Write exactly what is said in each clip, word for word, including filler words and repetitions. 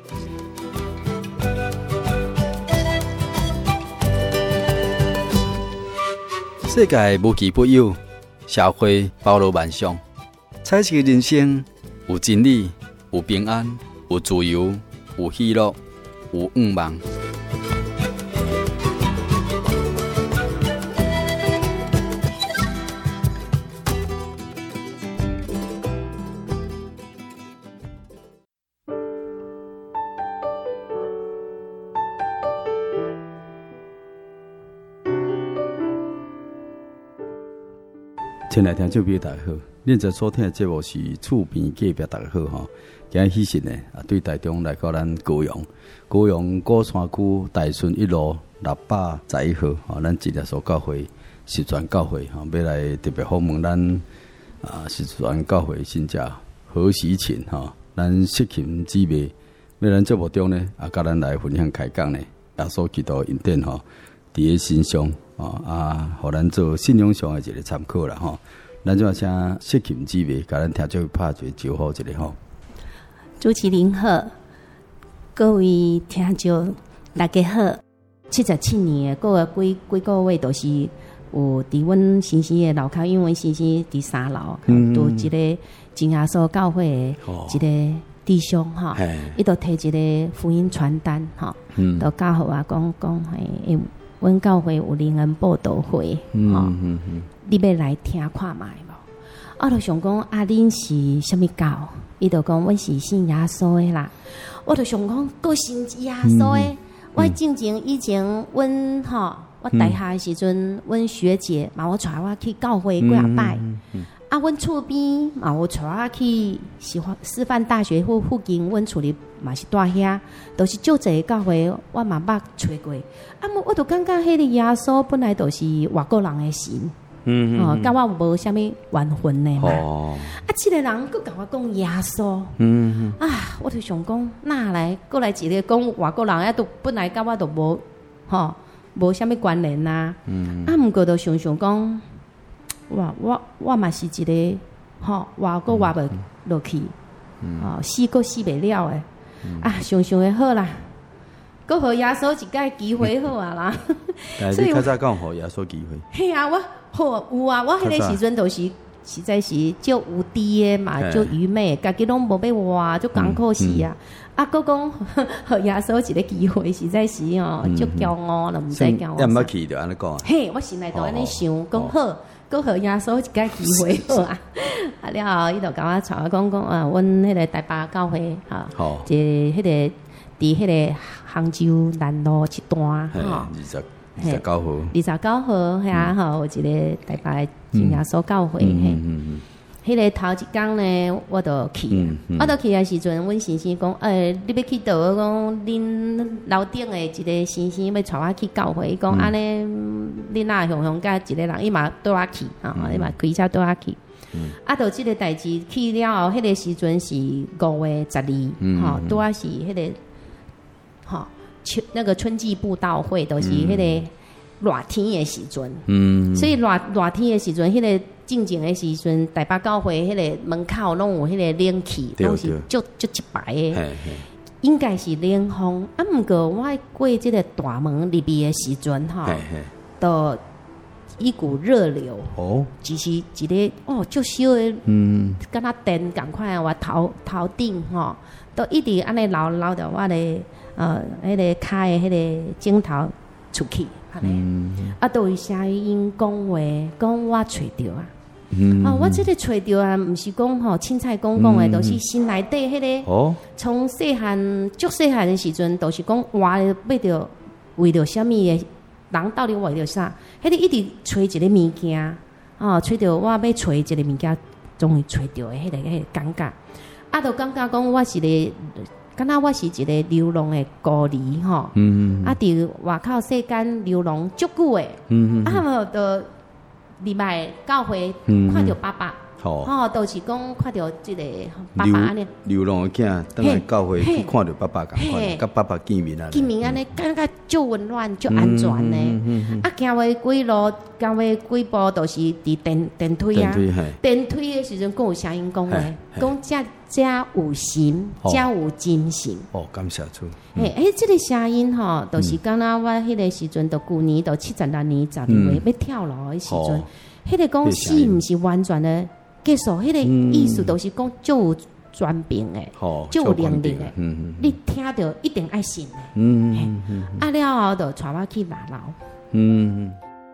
世界无奇不有，社会包罗万象，彩色人生有真理，有平安，有自由，有喜乐，有愿望。亲爱听众朋友大家好，恁在所听的节目是厝边隔壁大家好吼。今日喜讯呢啊，对台中来到咱高雄，高雄鼓山区大顺一路六百十一号吼，咱一日所教会实传教会吼，要来特别访问咱啊实传教会信者何时勤吼，咱失勤姊妹，要咱节目中呢啊，甲咱来分享开讲呢，耶稣基督恩典吼，伫个心上。哦啊，互咱做信仰上的一个参考啦吼。咱就请释琴姊妹，甲咱听众拍一个招呼一下吼。 主持人好，各位听众大家好。七十七年的过几几个月，都是有伫阮新生的楼骹，因为新生伫三楼，嗯，都一个真耶稣教会的一个弟兄哈，伊都摕一个福音传单哈，嗯，都教互我讲讲嘿。阮教会有灵恩报道会，吼、嗯嗯嗯，你要来听看卖无？我就想讲，啊，恁是啥物教？伊就讲，阮是信耶稣的啦。我就想讲，个信耶稣的。嗯、我正正以前，阮吼，我大学的时阵，阮、嗯、学姐嘛，我带我去教会几啊摆。嗯嗯、啊，阮厝边嘛，我带我去师范师范大学附附近，阮厝里嘛是住遐，都、就是足侪教会，我嘛捌找过。啊！我就感觉迄个耶稣本来就是外国人的神，嗯嗯，哦，甲我无啥物缘分的嘛。哦，啊，即、這個人佫甲我讲耶穌，嗯嗯，啊，我就想讲，哪來佫來一個講外國人，啊，都本來甲我都無，吼，無啥物關聯啊。嗯，啊，毋過就想想講，哇，我我嘛是一個，吼，活佫活袂落去，嗯，哦，死佫死袂了的，嗯、啊，想想誒好啦。佮互耶穌一個機會好啊啦， 所以較早講互耶穌機會。 係啊，我好有啊，我迄個時陣都是實在是足有知的嘛，足愚昧，家己攏無要活，足艱苦死啊。啊，佮講互耶穌一個機會，實在是哦，足驕傲啦，毋知驕傲。 你毋捌去就安尼講啊？ 嘿，我心內都安尼想，講好，佮互耶穌一個機會好啊。啊了後，伊就甲我傳我講講啊，阮迄個台北教會哈，即迄個。伫迄個杭州南路一段吼， 二十二十九號， 二十九號遐吼，有一個台北真耶穌教會嘿。迄個頭一工呢，我就去，我就去的時陣，阮先生講，誒，你要去倒？我講恁樓頂的一個先生要帶我去教會，伊講安尼，恁若雄雄甲一個人，伊嘛倒我去，吼，伊嘛開車倒我去。啊，到即個代志去了後，迄個時陣是五月十二，吼，倒我是迄個。吼，春那個春季布道會都是迄個熱天的時陣，嗯，所以熱熱天的時陣，迄個正正的時陣，台北教會迄個門口攏有迄個冷氣，攏是足足一排的，應該是冷風。啊，毋過我過即個大門入邊的時陣，吼，都一股熱流，哦，只是一個哦，足小的，嗯，敢若電共款我頭頭頂吼，都一直安尼流流到我的。呃，迄、那個開的迄個鏡頭出去，嗯、啊，都有聲音講話，講我找到啊，嗯、啊，我這個找到啊，毋是講吼凊彩講講的，都、嗯、是心內底迄個，哦，從細漢足細漢的時陣，都是講活要着為着啥物的，人到底為着啥？迄、那個一直找一個物件，哦，找到我要找一個物件，終於找到的迄、那個迄、那個感覺，啊，就感覺講我是個。敢若我是一個流浪的孤兒吼，嗯、啊，佇外口世間流浪足久誒，嗯、啊，就入來教會看到爸爸， 吼， 吼，都是讲看到即个爸爸安尼流浪的囝，等来教会去看到爸爸共款，甲爸爸见面啊， 见面安尼感觉足温暖、足安全呢。啊，行过几路，行过几步，都是伫电电梯啊。电梯的时阵，佫有声音讲咧，讲遮遮有神，遮有精神。 哦，感谢主。 嘿，诶，即个声音吼，都是敢若我迄个时阵，都旧年，都七十六年十二月要跳楼的时阵，迄个讲死毋是完全的。结束，迄个意思都是讲就有专病诶，就有能力诶。你听到一定爱信诶。嗯嗯啊了后就带我去拿楼。嗯。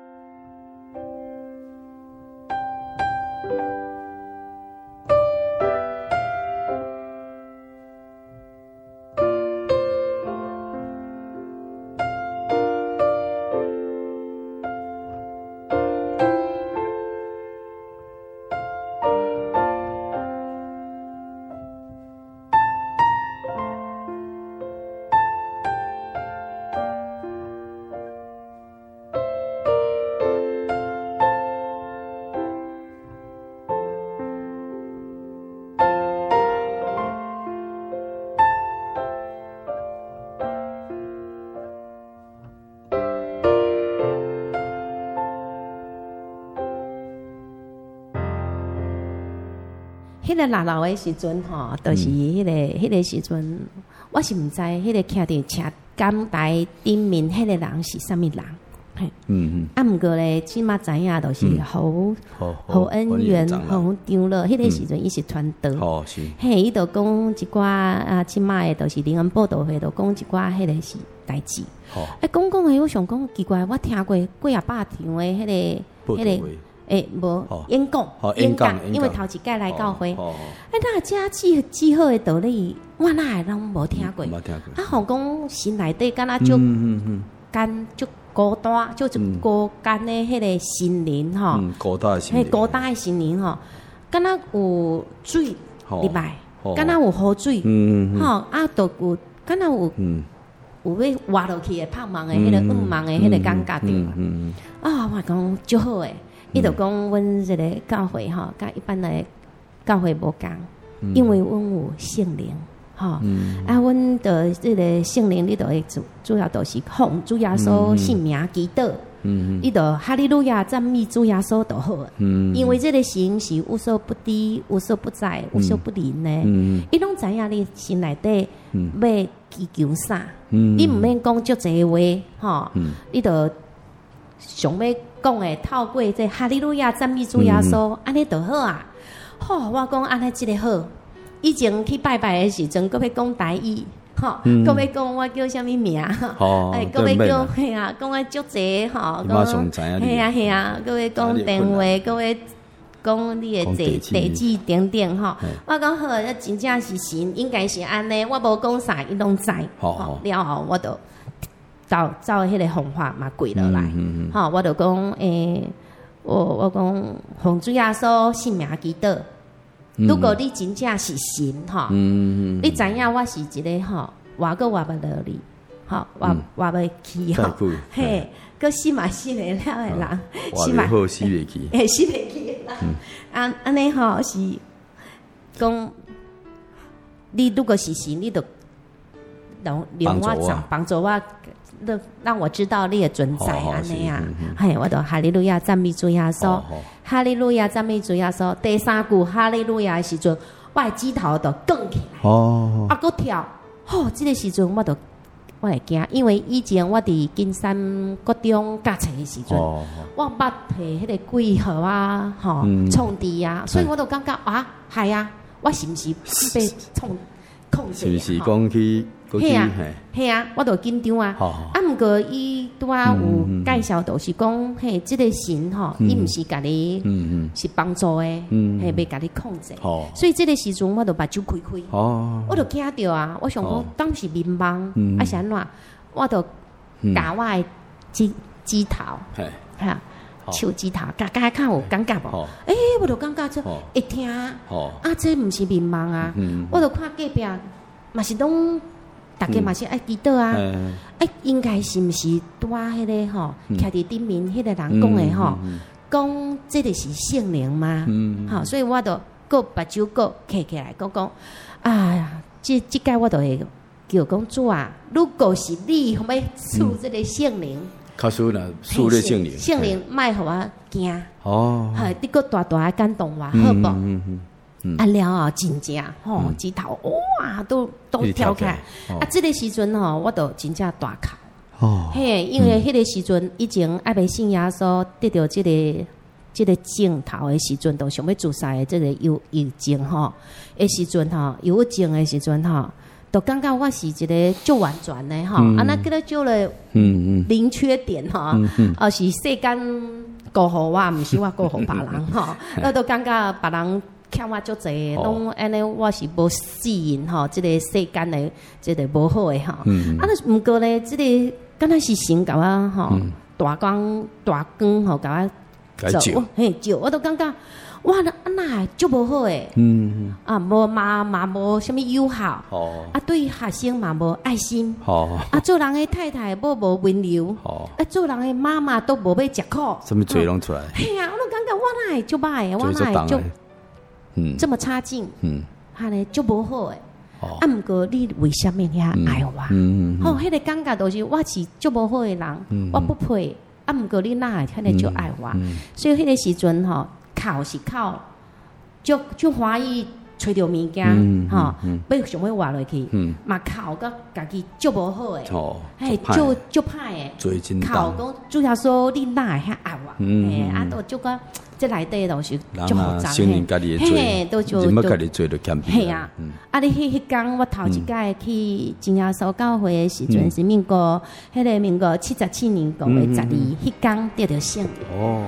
迄个落楼的时阵吼，就是迄个迄个时阵，我是毋知迄个徛伫车港台顶面迄个人是啥物人。嘿，嗯嗯。啊，毋过咧，即马知影都是好好恩怨、好长乐。迄个时阵伊是传道，哦是。嘿，伊就讲一寡啊，即马的都是灵恩报道会，就讲一寡迄个是代志。哦。诶，讲讲诶，我想讲奇怪，我听过几啊百场诶，迄个迄个。诶，无演讲，演讲，因为头一届来教会，诶，那遮记记好诶道理，我哪会拢无听过？无听过。啊，好讲心内底敢若足干足孤单，足孤单诶，迄个心灵吼， 孤单诶心灵， 嘿，孤单诶心灵吼，敢若有水入来，敢若有雨水，吼，啊，都有敢若有，有要滑落去诶，泡茫诶，迄个雾茫诶，迄个感觉着。啊，我讲足好诶。伊就讲，阮这个教会吼，甲一般的教会无共，因为阮有圣灵，吼，啊，阮的这个圣灵，你都会主主要都是奉主耶稣圣名祈祷，伊就哈利路亚赞美主耶稣就好，因为这个神是无所不知、无所不在、无所不灵的，伊拢知影你心内底要祈求啥，你毋免讲足济话，吼，你就上要。讲诶，透过这哈利路亚赞美主耶稣，安尼就好啊。吼，我讲安尼即个好。以前去拜拜诶时阵，搁要讲台语，吼，搁要讲我叫啥物名，哎，搁要叫嘿啊，讲诶足济吼，讲嘿啊嘿啊，搁要讲电话，搁要讲你诶地地址等等吼。我讲好，这真正是神，应该是安尼。我无讲啥，伊拢知。好，了后我就。照照迄个方法嘛跪落来，吼、嗯嗯，我就讲诶、欸，我我讲奉主耶稣圣名祈祷。如果你真正是神，吼、嗯，你知影我是一个吼，活个活不落哩，吼，活活袂去吼，嘿，个死嘛死袂了诶人， 死嘛好死袂去， 诶，死袂去诶人，安安尼吼是讲，你如果是神，你就让让我找帮助我。让我知道你的存在安尼啊，嘿，我就哈利路亚赞美主耶稣，哈利路亚赞美主耶稣。第三句哈利路亚的时阵，我的指头就拱起来，哦，啊，搁跳，吼，这个时阵我就我会惊，因为以前我伫金山国中教册的时阵，哦、我捌摕迄个几号啊，吼、嗯，创治啊，所以我就感觉啊，系啊，我是毋是被创控制？ 是毋是讲去？ 嘿啊，嘿啊，我就紧张啊。啊，毋过伊拄啊有介绍，就是讲，嘿，即个神吼，伊毋是家己是帮助诶，嘿，袂家己控制。所以即个时阵，我就目睭开开，我就惊着啊！我想讲，当时迷茫，啊是安怎？我就夹我诶指指头，吓手指头，夹夹看有感觉无？诶，我就感觉出会听，啊，这毋是迷茫啊！我就看隔壁嘛是拢。大家嘛是爱祈祷啊，哎，应该是毋是拄啊？迄个吼，徛伫顶面迄个人讲诶吼， 讲这个是圣灵吗？嗯，好，所以我就搁把酒搁摕起来，讲讲，哎呀，这这届我就会叫讲主啊，如果是你要赐这个圣灵， 卡苏呢，赐这圣灵， 圣灵莫互我惊， 哦， 系你搁大大感动我，好不？嗯嗯嗯，啊了啊，真正吼，指头哇都都跳开，啊，这个时阵吼，我都真正大哭。哦，嘿，因为迄个时阵以前爱未信耶稣，得到这个这个镜头的时阵，都想要自杀的这个忧忧症吼，的时阵吼，忧郁症的时阵吼，都感觉我是一个足完全的吼，啊，那叫做少了嗯零缺点吼，啊是世间顾互我，毋是我顾互别人吼，我都感觉别人欠我足济，拢安尼我是无适应吼，即个世间的即个无好的吼，啊，那毋过咧，即个。敢若是神甲我吼大光大光吼甲我做，嘿做，我都感觉哇那啊那足无好诶，嗯啊无嘛嘛无啥物友好，哦啊对学生嘛无爱心，哦啊做人诶太太无无温柔，哦啊做人诶妈妈都无要食苦， 什么嘴拢出来？ 嘿啊，我都感觉我哪会足歹诶，我哪会足嗯这么差劲，嗯，哈咧足无好诶。啊，毋过你为什么遐爱我？嗯嗯嗯、哦，迄、那个感觉就是我是足无好诶人，嗯、我不配。啊，毋过你哪会遐尼足爱我？嗯嗯、所以迄个时阵吼，哭是哭，足足欢喜找着物件，吼、嗯，要想要活落去，嘛哭甲家己足无好诶，嘿，足足歹诶，哭讲主要说你哪会遐爱我？嘿，啊，都足个。这内底都是足复杂的，嘿，都就都嘿啊！啊，你迄迄天我头一届去真耶稣教会的时阵，是民国迄个民国七十七年五月十二，迄天得到圣灵。哦。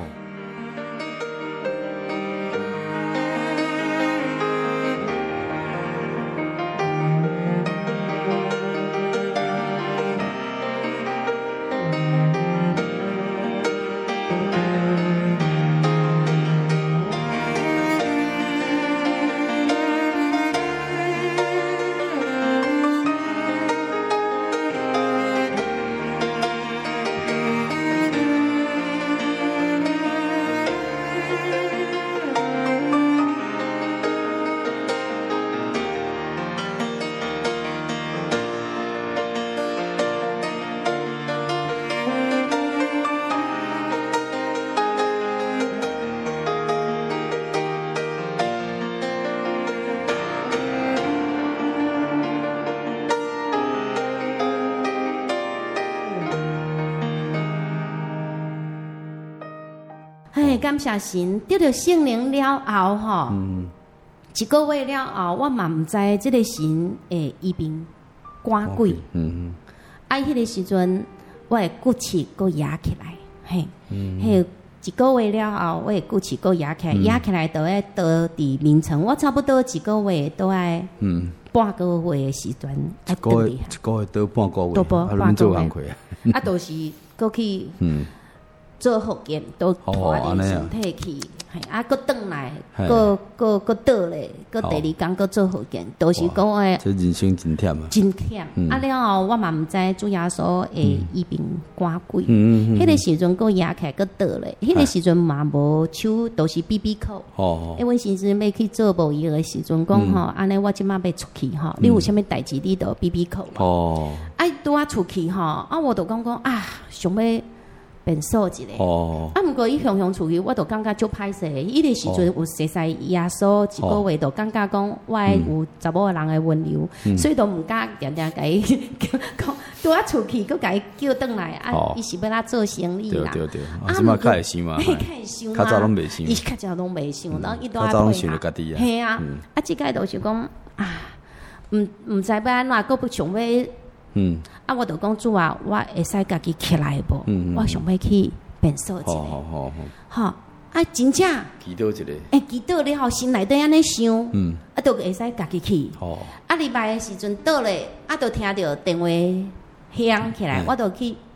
嘿，感谢神，得到圣灵了后吼，嗯、一个月了后，我嘛毋知即个神会医病赶鬼。嗯，啊，迄个时阵我会骨气搁压起来，嘿，嗯、嘿，一个月了后，我会骨气搁压起来，压、嗯、起来都会倒伫眠床。我差不多一个月都爱，嗯，半个月的时阵爱倒伫。一个月倒半个月， 倒半半个月， 啊，都是搁去。嗯。做复健都拖你身体去，系啊，搁转来，搁搁搁倒咧，搁第二天搁做复健，都是讲诶。 这人生真忝啊！ 真忝，啊了后我嘛毋知主耶稣会医病赶鬼，迄个时阵搁压起来搁倒咧，迄个时阵嘛无手都是 B B 扣。哦。因为时阵要去做无医的时阵，讲吼，安尼我即马要出去吼，你有啥物代志你都 B B 扣。哦。啊，拄啊出去吼，啊我就讲讲啊，想要。变数一个，哦、啊！毋过伊雄雄出去，我就感觉足歹势。伊个时阵有熟悉耶稣一个月，就感觉讲我有查某人的温柔，嗯、所以都毋敢定定甲伊讲，拄啊出去，佮甲伊叫转来，啊，伊、哦、是要来做生意啦。 对对对，啊，即马较会想嘛， 较会想嘛， 较早拢袂想， 伊较早拢袂想，然后伊都爱配合。想着家己啊， 系啊，嗯、啊，即个就是讲啊，毋毋知要安怎，佮不想要。嗯，啊，我就讲主啊，我会使家己起来无？嗯嗯、我想要去变数一个，好好好，好啊，真正祈祷一个， 诶，祈祷你后心内底安尼想，嗯，啊，就会使家己去。哦，啊，礼拜的时阵倒咧，啊，就听到电话响起来，嗯、我就去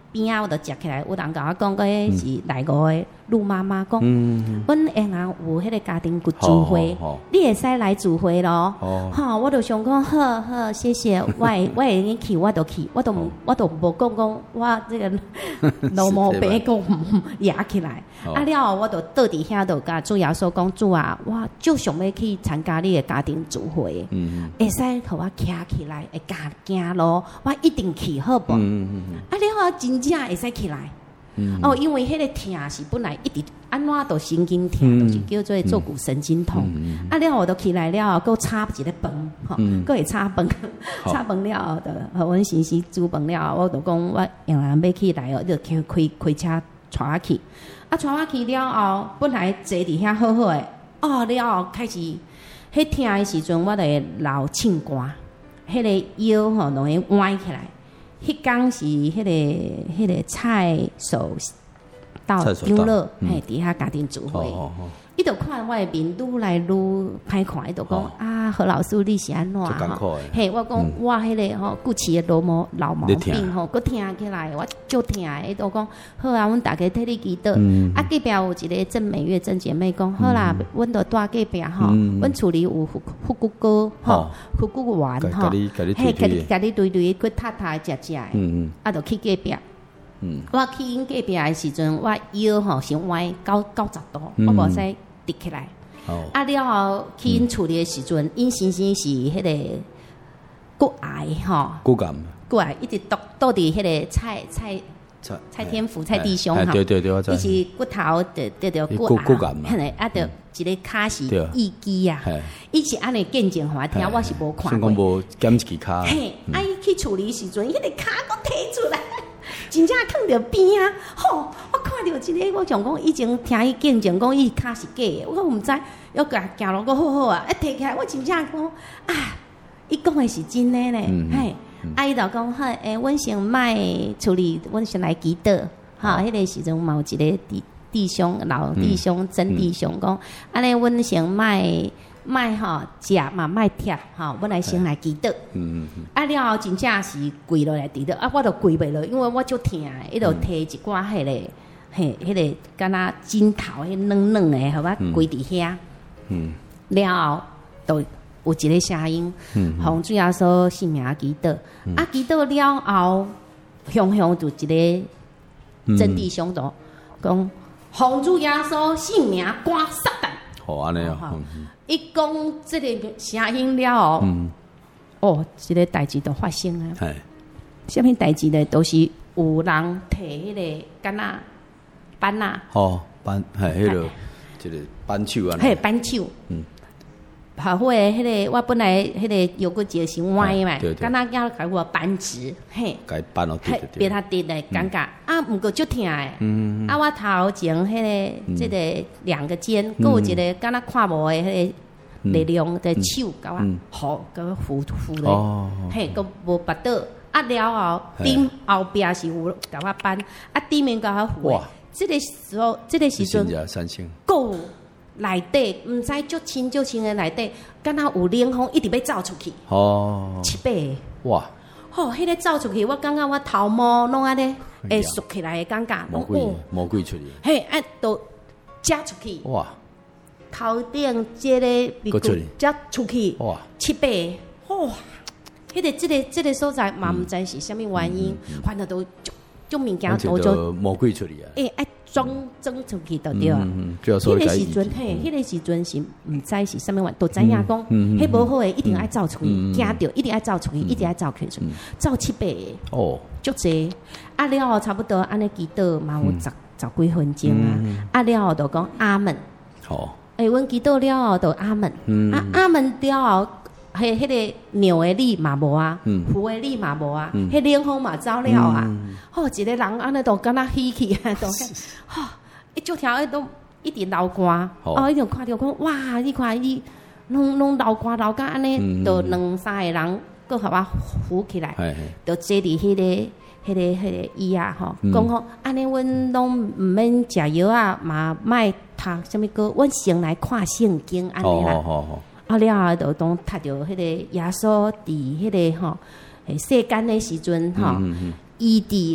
边啊，我就食起来。有人甲我讲，个是内湖的陆妈妈讲，阮下下有迄个家庭聚会，你会使来聚会咯。吼，我就想讲，好好，谢谢。我会我会去，我就去，我都我都无讲讲，我这个老毛病讲压起来。啊了后，我就倒伫遐，就甲主耶稣讲，主啊，我就想要去参加你的家庭聚会，会使互我徛起来，会行行路，我一定去，好不？啊了后真正会使起来。哦，因为迄个疼是本来一直安怎都神经疼，就是叫做坐骨神经痛。啊了后我都起来了，搁插一个饭，吼，搁会插饭，插饭了后，就互阮先生煮饭了后，我就讲我用人要起来哦，就开开开车带我去。啊，带我去了后，本来坐伫遐好好诶，哦了后开始，迄疼诶时阵，我就会流唱歌，迄个腰吼拢会歪起来。迄天是迄、那个迄、那个蔡守到张乐，嘿，伫遐家庭聚会，伊就看我诶面愈来愈歹看，伊就讲、哦、啊，何老师你是安怎吼？嘿，我讲、嗯、我迄个吼骨刺诶老毛老毛病吼，佫疼起来，我足疼诶，伊就讲好啊，阮大家替你祈祷。嗯、啊，隔壁有一个郑美月郑姐妹讲，好啦，阮着住隔壁吼，阮厝里有富富骨糕吼，富骨丸吼，嘿，家己家己堆堆佫塌塌食食诶，嗯啊，就去隔壁。嗯、我去因隔壁诶时阵，我腰吼先歪九九十度，嗯、我无使直起来。哦、啊了后去因厝里诶时阵，因先生是迄个骨癌吼， 骨癌， 骨癌一直倒倒伫迄个蔡蔡蔡天福蔡弟兄哈， 对对对，我知。 伊是骨頭得得着骨癌，迄个啊着一个骹是義肢啊，伊是安尼見證互我聽，我是無看過。 先講無減一支骹。 嘿，啊伊去處理時陣，迄個骹佫摕出來。真正囥着邊啊！吼，我看到一個，我想講以前聽伊見證講伊骹是假的，我毋知，又行行路個好好啊！一摕起來，我真正講啊，伊講的是真的咧，嗯、嘿，嗯、啊伊就講好，誒，阮先賣處理，阮先來祈禱，哈、嗯，迄、那個時陣嘛有一個弟弟兄老弟兄真弟兄講，安尼阮先賣。賣吼食嘛賣貼吼，阮來先來祈禱。嗯嗯啊了後真正是跪落來祈禱，啊我都跪袂落，因為我足疼誒，伊就摕一寡迄個嘿，迄個敢若枕頭迄軟軟誒，互我跪佇遐。嗯。了後就有一個聲音，洪主耶穌性命祈禱，啊祈禱了後，向向就一個真弟兄就講，洪主耶穌性命趕撒旦。 好安尼哦。 伊講即個聲音了後，嗯、哦，即、這個代誌都發生啊！啥物代誌咧？都是有人摕迄個敢若扳啊！ 哦，扳係迄個即個扳手啊！ 係扳手。嗯，好伙誒，迄個我本來迄個有個節是歪嘛，敢若要甲我扳直，嘿， 改扳落對對對， 變他跌咧尷尬啊！毋過足疼誒，嗯啊，我頭前迄個即個兩個肩，佫有一個敢若看無誒迄個。力量的手甲我扶，甲我扶扶咧，嘿，佫無拔倒。啊了後，頂後壁是有甲我扳，啊頂面甲我扶誒。即個時候，即個時陣，夠內底毋知足清足清誒內底，敢若有冷風一直要走出去。哦，七八個。哇！吼，迄個走出去，我感覺我頭毛攏安尼會豎起來誒感覺。 魔鬼，魔鬼出去。 嘿，啊，都遮出去。哇！頭頂即個鼻骨才出去，七八個，哇！迄個即個即個所在嘛，毋知是啥物原因，反正都足足物件都做魔鬼出去啊！ 誒，愛裝裝出去就對啊！迄個時陣，嘿，迄個時陣是毋知是啥物原，都知影講，迄無好誒，一定愛走出去，驚着一定愛走出去，一定愛走出去，走七八個，哦，足濟。啊了後差不多安尼祈禱嘛有十十幾分鐘啊！啊了後就講阿門，好。誒，阮祈禱了後，就阿門，嗯、啊阿門了後，迄迄個牛的力嘛無啊，虎的力嘛無啊，迄冷風嘛走了啊，吼、嗯哦、一個人安尼都敢若喜氣啊，都，吼一足條誒都一直流汗，哦，伊就看到講哇，你看伊攏攏流汗流甲安尼，就兩三個人，佫互我扶起來，就坐佇迄個。迄、那個迄、那個伊啊吼，講吼，安尼阮攏毋免食藥啊，嘛莫讀啥物歌，阮先來看聖經安尼啦。啊了後就當讀着迄個耶穌佇迄個吼，誒世間誒時陣吼，伊佇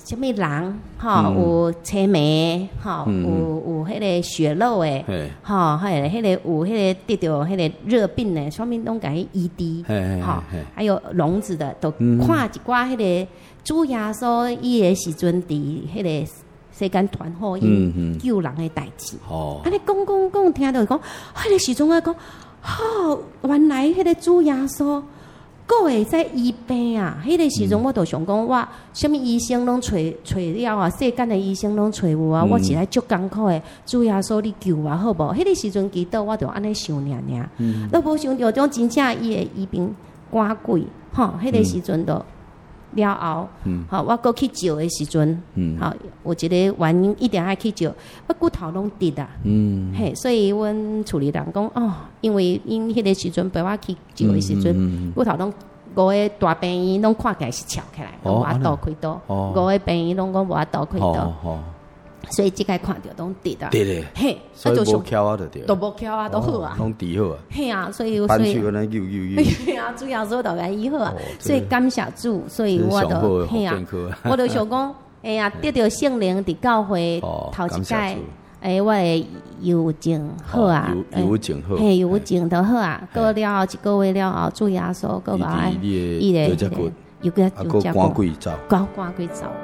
什么人哈，有青梅哈，有有迄个血肉诶，哈，还有迄个有迄个得着迄个热病诶，上面拢甲伊医治，哈，还有聋子的，都看一寡迄个主耶稣伊诶时阵伫迄个世间传福音救人诶代志。哦，安尼讲讲讲，听到讲，迄个时阵我讲，哦，原来迄个主耶稣。个会使医病啊！迄、那个时阵我就想讲，我什么医生拢找找了啊，世间的医生拢找有啊，嗯、我是来足艰苦的。主耶稣，你救我好无？迄、那个时阵祈祷，我就安尼想尔尔。嗯，都无想到种真正伊会医病赶鬼，吼！迄、那个时阵就了后，嗯，好，我搁去照的时阵，嗯，好，有一个原因一定爱去照，我骨头拢直啊，嗯，嘿，所以阮处理人讲哦，因为因迄个时阵陪我去照的时阵，嗯嗯、骨头拢五个大病院拢看起来是翘起来，无法度开刀，五个病院拢讲无法度开刀。哦哦所以即个看到拢直啊， 直咧， 嘿， 所以无翘啊，就对， 都无翘啊，都好啊， 拢治好啊， 嘿啊，所以所以， 搬去安尼救救救， 嘿啊，主要说都甲医好啊，所以感谢主，所以我就嘿啊，我就想讲，哎呀，得到圣灵伫教会头一届，哎，我的忧症好啊， 忧症好， 嘿，忧症都好啊，过了后一个月了后，主耶稣过来， 伊个又个又个赶鬼走， 赶赶鬼走。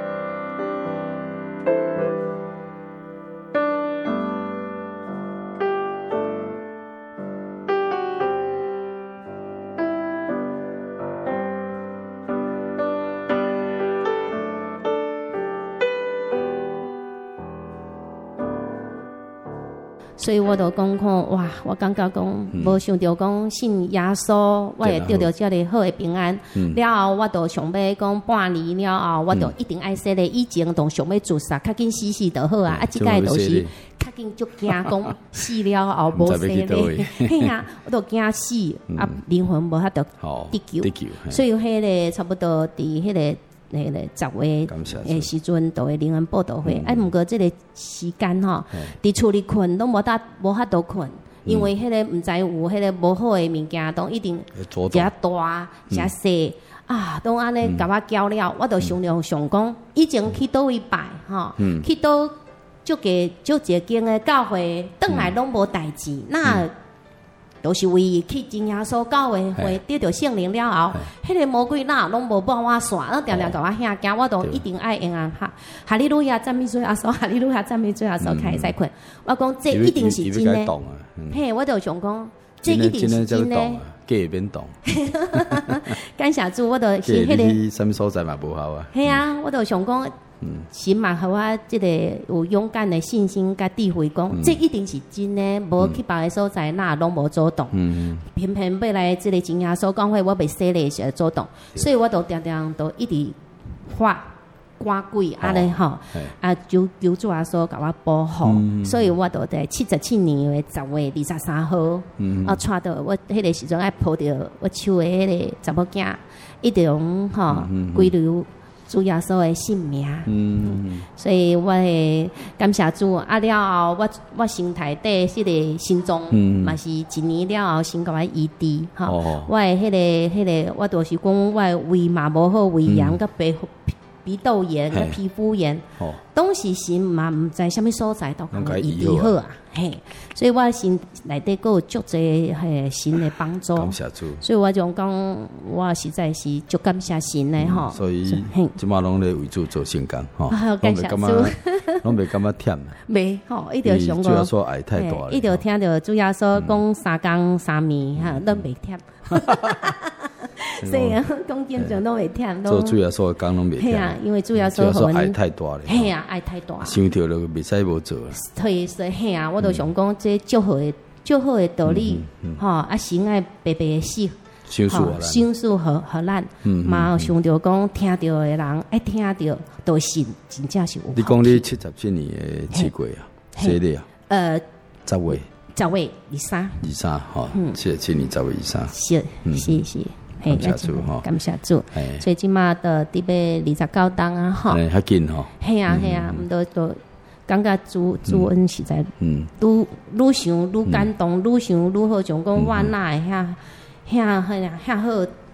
所以我就讲看，哇！我感觉讲，无想到讲信耶稣，我会得到这个好的平安。嗯、了后，我就想要讲半年了后，我就一定爱说咧，以前都想要自杀，较紧死死就好啊！啊，即个都是较紧足惊讲死了后无说咧，嘿啊，我都惊死啊，灵魂无法度得救，所以迄个差不多伫迄个。那个十月诶时阵，都会灵恩报道会。哎，毋过即个时间吼，伫厝里困都无得无法度困，因为迄个毋知有迄个无好诶物件，都一定食大食细啊，都安尼甲我搅了。我就想着想讲，以前去倒位拜吼，去倒足个足一间诶教会，倒来拢无代志，那。都是为伊去真耶稣教会会得到圣灵了后，迄个魔鬼哪拢无帮我耍，那定定甲我吓惊，我都一定爱用啊！哈，哈利路亚赞美主耶稣，哈利路亚赞美主耶稣，开始困。我讲这一定是真的，嘿，我就想讲，这一定是真的。 假免动， 感谢主，我都是迄个什么所在嘛无好啊。 系啊，我就想讲。嗯，神嘛，互我即个有勇敢的信心甲智慧，讲、嗯、这一定是真的，无去别个所在，那拢无走动。嗯，偏偏要来即个真耶稣讲话，我袂洗礼时走动，所以我都常常都一直发赶鬼安尼吼，啊求求主耶稣甲我保护，嗯、所以我都在七十七年的十月二十三号，嗯、啊，带到我迄个时阵爱抱着我手的迄个查某囝，一直用吼归流。主耶稣的性命，嗯，所以我会感谢主。啊了后，我我心态底迄个心脏，嘛、嗯、是一年了后先甲我医治，哈、哦。我的迄、那个迄、那个，我就是讲我的胃嘛无好，胃炎甲鼻鼻窦炎、甲皮肤炎，哦，当时心嘛毋知啥物所在，都甲医治好啊，嘿。所以我心内底佫有足侪嘿神的帮助， 感谢主。 所以我就讲，我实在是足感谢神的吼、嗯。 所以即马拢咧为主做圣工吼， 感谢主， 拢袂感觉忝啊。 袂吼，一定想主要说爱太大了， 一定听到主要说讲三工三暝哈，拢袂忝。所以啊，讲真正拢袂忝， 做主要说工拢袂忝。 系啊，因为主要说爱太大了。 系啊，爱太大。 想着就袂使无做啊。 所以说系啊，我就想讲这足好的、足好的道理，吼啊，神爱白白的死， 享受咱， 享受和和咱，嘛想着讲听到的人爱听到都信，真正是有。 你讲你七十七年的七月啊，几日啊？呃，十月。 十月二三。 二三吼，七十七年十月二三。 是是是。 感谢主吼， 感谢主。所以即马的伫要二十九档啊，吼， 较紧吼。 系啊系啊，毋都都感觉主主恩实在，嗯，愈愈想愈感动，愈想愈好，像讲我哪会遐遐遐遐好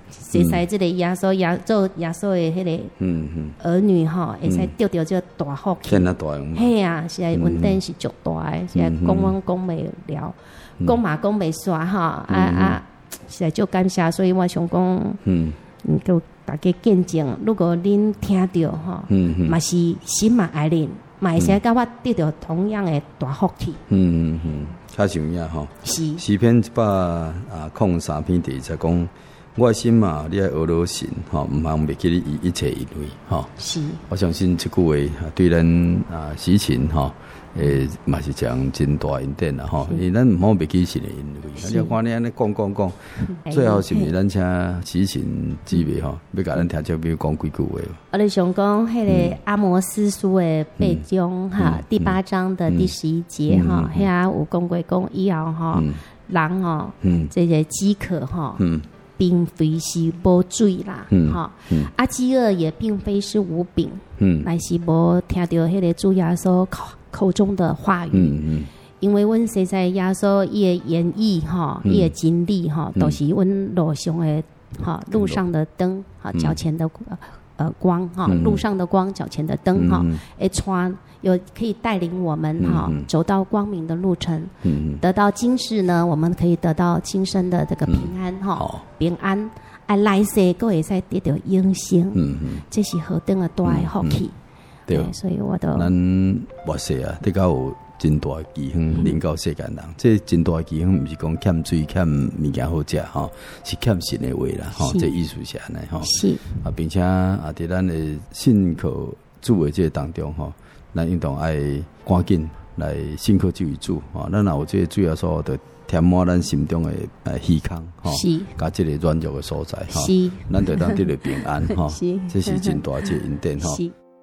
谁使这个耶稣耶做耶稣的迄个嗯嗯儿女吼，会使得到这大福气。 天啊大用。 嘿啊，现在稳定是足大诶，现在讲讲讲袂了，讲嘛讲袂煞吼，啊啊，现在就感谢，所以我想讲，嗯，叫大家见证，如果恁听到吼，嗯嗯，嘛是心嘛爱恁。嘛会使甲我得到同样的大福气。 嗯嗯嗯，较像影吼。是。诗篇一百啊空三篇第在讲，我的心嘛，你爱俄罗神吼，毋通袂记你一一切以内吼。是。我相信即句话对咱啊诗情吼，诶嘛是讲真大恩典啦吼。因为咱毋好袂记神的因为，你看你安尼讲讲讲，最后是毋是咱请诗情姊妹吼，要甲咱听众朋友讲几句话。 我哋想讲迄个阿摩司书的八章哈，第八章的第十一节哈，遐有讲过讲以后哈，人吼，这个饥渴哈，并非是无水啦，哈，啊饥饿也并非是无饼，乃是无听到迄个主耶稣口口中的话语。因为阮实在耶稣伊的言语哈，伊的经历哈，都是阮路上的哈路上的灯哈，脚前的。呃，光哈，路上的光，脚前的灯哈，诶，穿有可以带领我们哈，走到光明的路程，得到今世呢，我们可以得到今生的这个平安哈，平安，啊，来世各会使得到永生，嗯嗯，这是何等的大的福气，对，所以我都咱活世啊，得到有真大的机会领到世间人，这真大的机会，毋是讲欠水欠物件好食吼，是欠神的话啦吼，这意思是安尼吼。是啊，并且啊，伫咱的信靠主的这当中吼，咱应当爱赶紧来信靠这位主吼，咱若有这主要所的填满咱心中的呃虚空吼，是甲这个软弱的所在吼，是咱就当得到平安吼，是这是真大这恩典吼。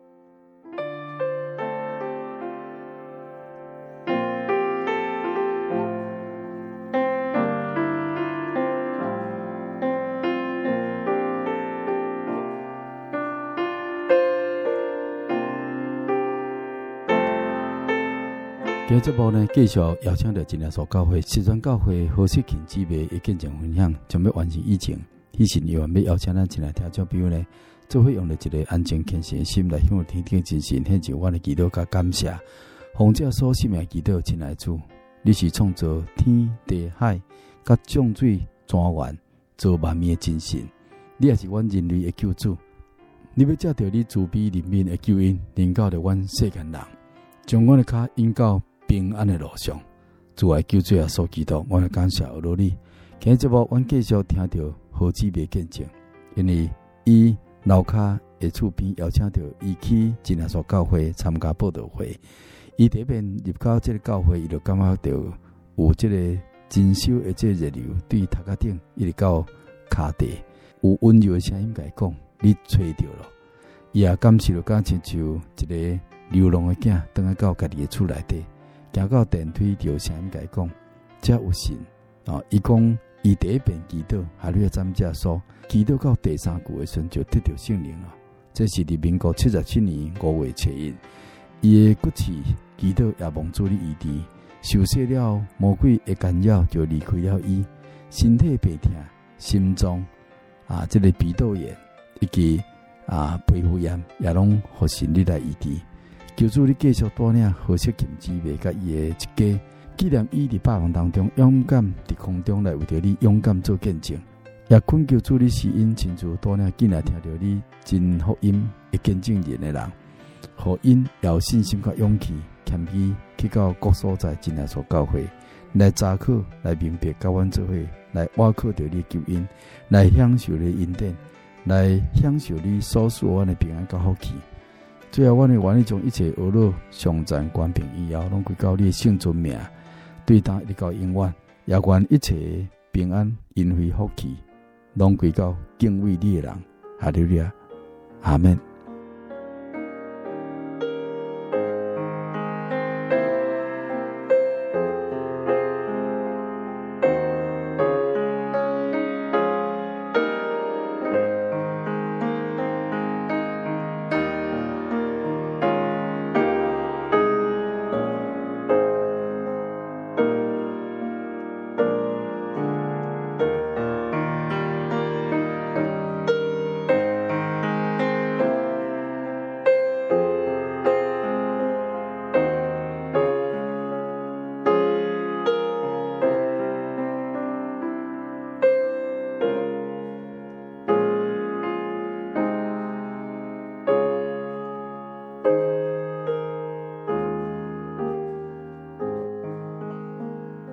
今日节目呢，继续邀请到真耶稣教会时传教会何世勤姊妹的见证分享，将要完成以前，迄时又要邀請咱前來聽眾朋友呢，做伙用了一個安靜虔誠的心來向天頂真神獻上我的祈禱甲感謝。奉這所信命祈禱，親愛的主，你是創造天地海甲眾水泉源造萬物的真神，你也是阮人類的救主。你要借着你慈悲憐憫的救恩，臨到着阮世間人，將阮的腳引到平安的路上，主愛救主耶穌基督，我來感謝有勞你。今日節目，阮繼續聽到好姊妹見證，因為伊樓骹的厝邊邀請到伊去真耶穌教會參加佈道會，伊第一遍入到這個教會，伊就感覺到有這個真修的這個熱流對頭殼頂一直到腳底，有溫柔的聲音甲伊講，你找到了。伊也感受到感親像一個流浪的囝，轉來到家己的厝內底。行到電梯就聲音甲伊講，遮有神啊！伊講伊第一遍祈禱，哈利路亞讚謝所祈禱到第三句的時陣就得到聖靈了。這是佇民國七十七年五月七日，伊的骨刺祈禱也望主你醫治，受洗了魔鬼的干擾就離開了伊，身體病痛、心臟啊，這個鼻竇炎以及啊皮膚炎也攏互神你來醫治。求主你繼續帶領何世勤姊妹甲伊的一家，紀念伊佇百忙當中勇敢佇空中來為着你勇敢做見證，也懇求主你施恩親自帶領進來聽到你真福音的見證人的人，互因也有信心甲勇氣，謙虛去到各所在真耶穌教會來查考、來明白甲阮做伙，來挖靠着你救恩，來享受你恩典，來享受你所賜阮的平安甲福氣。最後，阮會願意將一切惡惱、上讚、關平以後，攏歸到你的聖尊名，對當一直到永遠，也願一切平安、恩惠、福氣，攏歸到敬畏你的人。哈利路亞，阿們。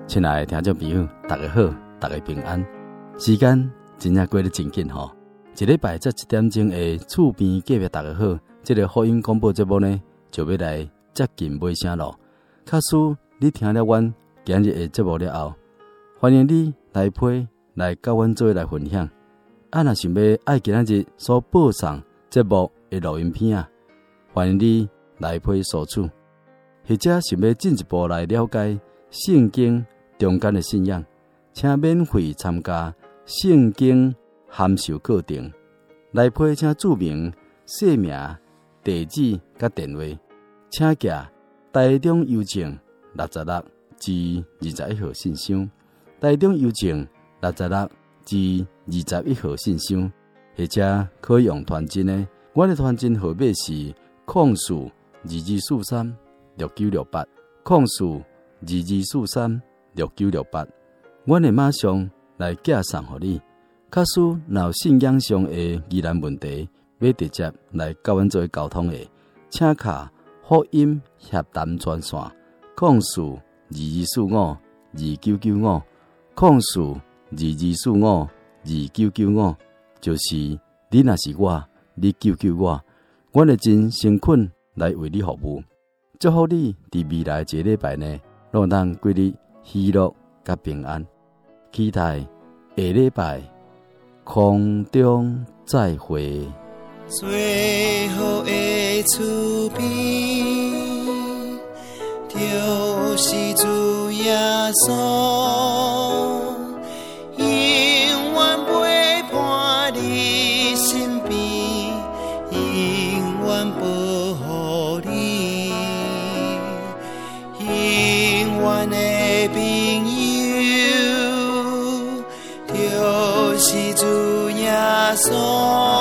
亲爱的听众朋友，大家好，大家平安。时间真正过得真紧吼，一礼拜这一点钟的厝边隔壁大家好，这个福音广播节目呢，就要来接近尾声咯。假使你听了阮今日的节目了后，欢迎你来批来甲阮做来分享。啊，若想要爱今仔日所播送节目的录音片啊，欢迎你来批索取，或者想要进一步来了解圣经中间的信仰，请免费参加圣经函授课程。来批请注明姓名、地址甲电话，请寄台中邮政六十六至二十一号信箱。台中邮政六十六至二十一号信箱，或者可以用传真的。我的传真号码是空数二二四三六九六八，空数二二四三六九六八，我会马上来寄送给你。假使有信仰上的疑难问题，要直接来甲阮做沟通的，请卡福音协谈专线，空数二二四五二九九五，空数二二四五二九九五，就是你若是我，你救救我，我会真诚恳来为你服务。祝福你伫未来一个礼拜呢，让咱过日喜乐甲平安。期待下礼拜空中再会。 最后的厝边，就是主耶稣，永远陪伴你身边，永远保护你，永远的朋友，就是主耶稣。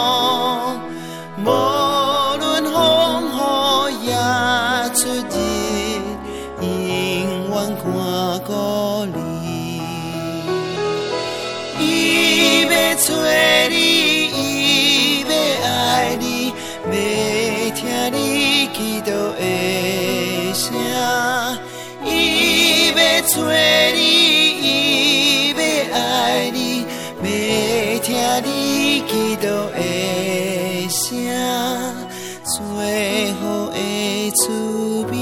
找你，伊要爱你，要听你祈祷的声。伊要找你，伊要爱你，要听你祈祷的声。最好的厝边，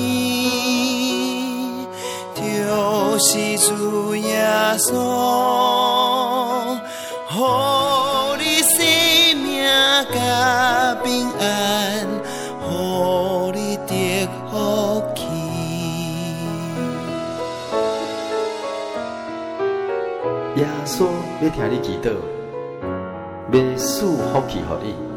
就是主耶稣。予你生命甲平安，予你得福气。 耶稣要听你祈祷，要赐福气予你。